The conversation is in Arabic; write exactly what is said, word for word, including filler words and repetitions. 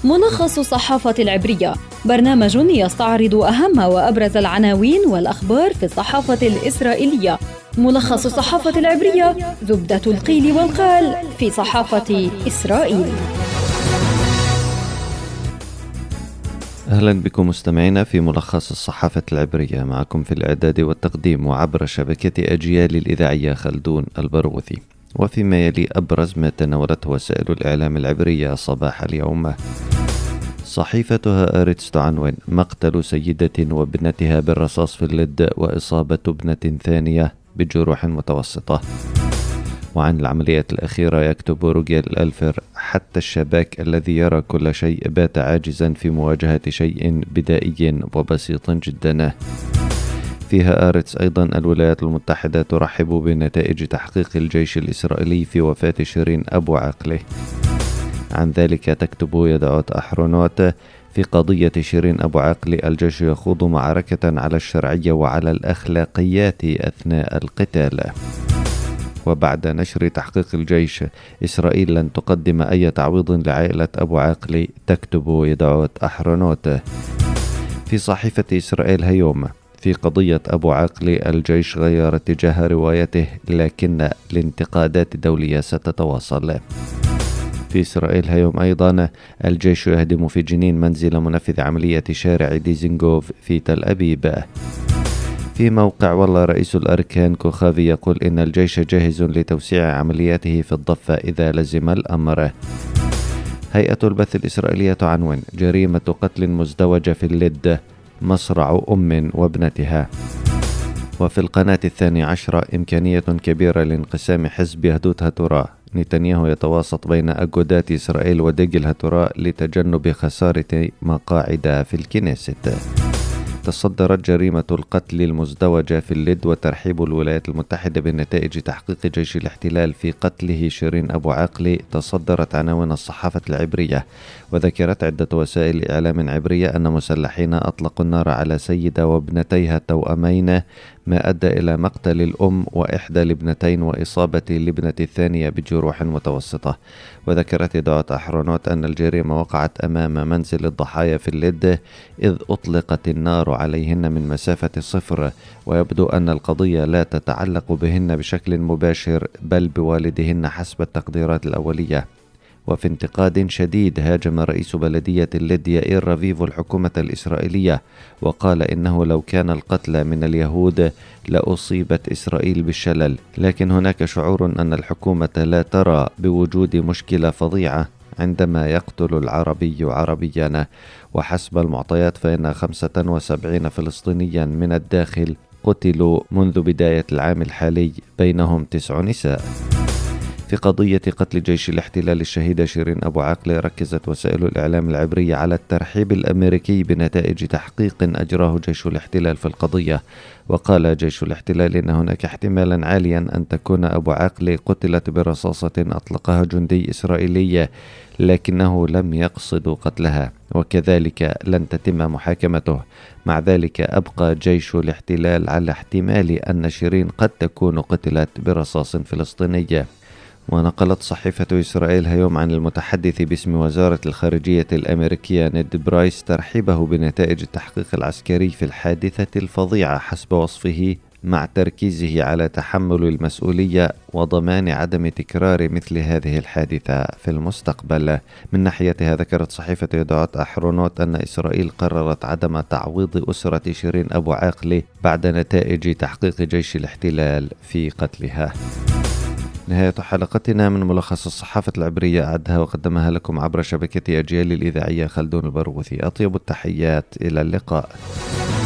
ملخص الصحافة العبرية، برنامج يستعرض أهم وأبرز العناوين والأخبار في الصحافة الإسرائيلية. ملخص الصحافة العبرية، زبدة القيل والقال في صحافة إسرائيل. أهلا بكم مستمعينا في ملخص الصحافة العبرية، معكم في الإعداد والتقديم وعبر شبكة أجيال الإذاعية خلدون البرغوثي. وفيما يلي أبرز ما تناولته وسائل الإعلام العبرية صباح اليوم. صحيفة هآرتس تعنون: مقتل سيدة وابنتها بالرصاص في اللد وإصابة ابنة ثانية بجروح متوسطة. وعن العمليات الأخيرة يكتب روجيل ألفر: حتى الشباك الذي يرى كل شيء بات عاجزا في مواجهة شيء بدائي وبسيط جدا. في هآرتس أيضا: الولايات المتحدة ترحب بنتائج تحقيق الجيش الإسرائيلي في وفاة شيرين أبو عاقلة. عن ذلك تكتب يدعوت أحرونوت: في قضية شيرين أبو عاقلة الجيش يخوض معركة على الشرعية وعلى الأخلاقيات أثناء القتال. وبعد نشر تحقيق الجيش، إسرائيل لن تقدم أي تعويض لعائلة أبو عاقلة، تكتب يدعوت أحرونوت. في صحيفة إسرائيل هيوم: في قضية أبو عاقلة الجيش غير اتجاه روايته، لكن الانتقادات الدولية ستتواصل. في إسرائيل هيوم أيضا: الجيش يهدم في جنين منزل منفذ عملية شارع ديزنغوف في تل أبيب. في موقع والله رئيس الأركان كوخافي يقول إن الجيش جاهز لتوسيع عملياته في الضفة إذا لزم الأمر. هيئة البث الإسرائيلية تعنون: جريمة قتل مزدوجة في اللد، مصرع أم وابنتها. وفي القناة الثانية عشرة: إمكانية كبيرة لانقسام حزب يهدوت هتراء، نتنياهو يتواسط بين أجودات إسرائيل ودجل هتراء لتجنب خسارة مقاعد في الكنيست. تصدرت جريمة القتل المزدوجة في اللد وترحيب الولايات المتحدة بنتائج تحقيق جيش الاحتلال في قتله شيرين أبو عاقلة تصدرت عناوين الصحافة العبرية. وذكرت عدة وسائل إعلام عبرية أن مسلحين أطلقوا النار على سيدة وابنتيها التوأمين، ما أدى إلى مقتل الأم وإحدى الابنتين وإصابة الابنة الثانية بجروح متوسطة. وذكرت إذاعة أحرونوت أن الجريمة وقعت أمام منزل الضحايا في اللد، إذ أطلقت النار عليهن من مسافة صفر، ويبدو أن القضية لا تتعلق بهن بشكل مباشر بل بوالدهن حسب التقديرات الأولية. وفي انتقاد شديد هاجم رئيس بلدية اللد يائير رافيفو الحكومة الإسرائيلية، وقال إنه لو كان القتلى من اليهود لأصيبت إسرائيل بالشلل، لكن هناك شعور أن الحكومة لا ترى بوجود مشكلة فظيعة عندما يقتل العربي عربيا. وحسب المعطيات فإن خمسة وسبعين فلسطينيا من الداخل قتلوا منذ بداية العام الحالي، بينهم تسع نساء. في قضية قتل جيش الاحتلال الشهيدة شيرين أبو عاقلة، ركزت وسائل الإعلام العبرية على الترحيب الأمريكي بنتائج تحقيق أجراه جيش الاحتلال في القضية. وقال جيش الاحتلال إن هناك احتمالا عاليا أن تكون أبو عاقلة قتلت برصاصة أطلقها جندي إسرائيلي، لكنه لم يقصد قتلها، وكذلك لن تتم محاكمته. مع ذلك أبقى جيش الاحتلال على احتمال أن شيرين قد تكون قتلت برصاص فلسطيني. ونقلت صحيفة إسرائيل هيوم عن المتحدث باسم وزارة الخارجية الأمريكية نيد برايس ترحيبه بنتائج التحقيق العسكري في الحادثة الفظيعة حسب وصفه، مع تركيزه على تحمل المسؤولية وضمان عدم تكرار مثل هذه الحادثة في المستقبل. من ناحيتها ذكرت صحيفة يدعوت أحرونوت أن إسرائيل قررت عدم تعويض أسرة شيرين أبو عاقلة بعد نتائج تحقيق جيش الاحتلال في قتلها. نهاية حلقتنا من ملخص الصحافة العبرية، أعدها وقدمها لكم عبر شبكة أجيال الإذاعية خلدون البرغوثي. أطيب التحيات، إلى اللقاء.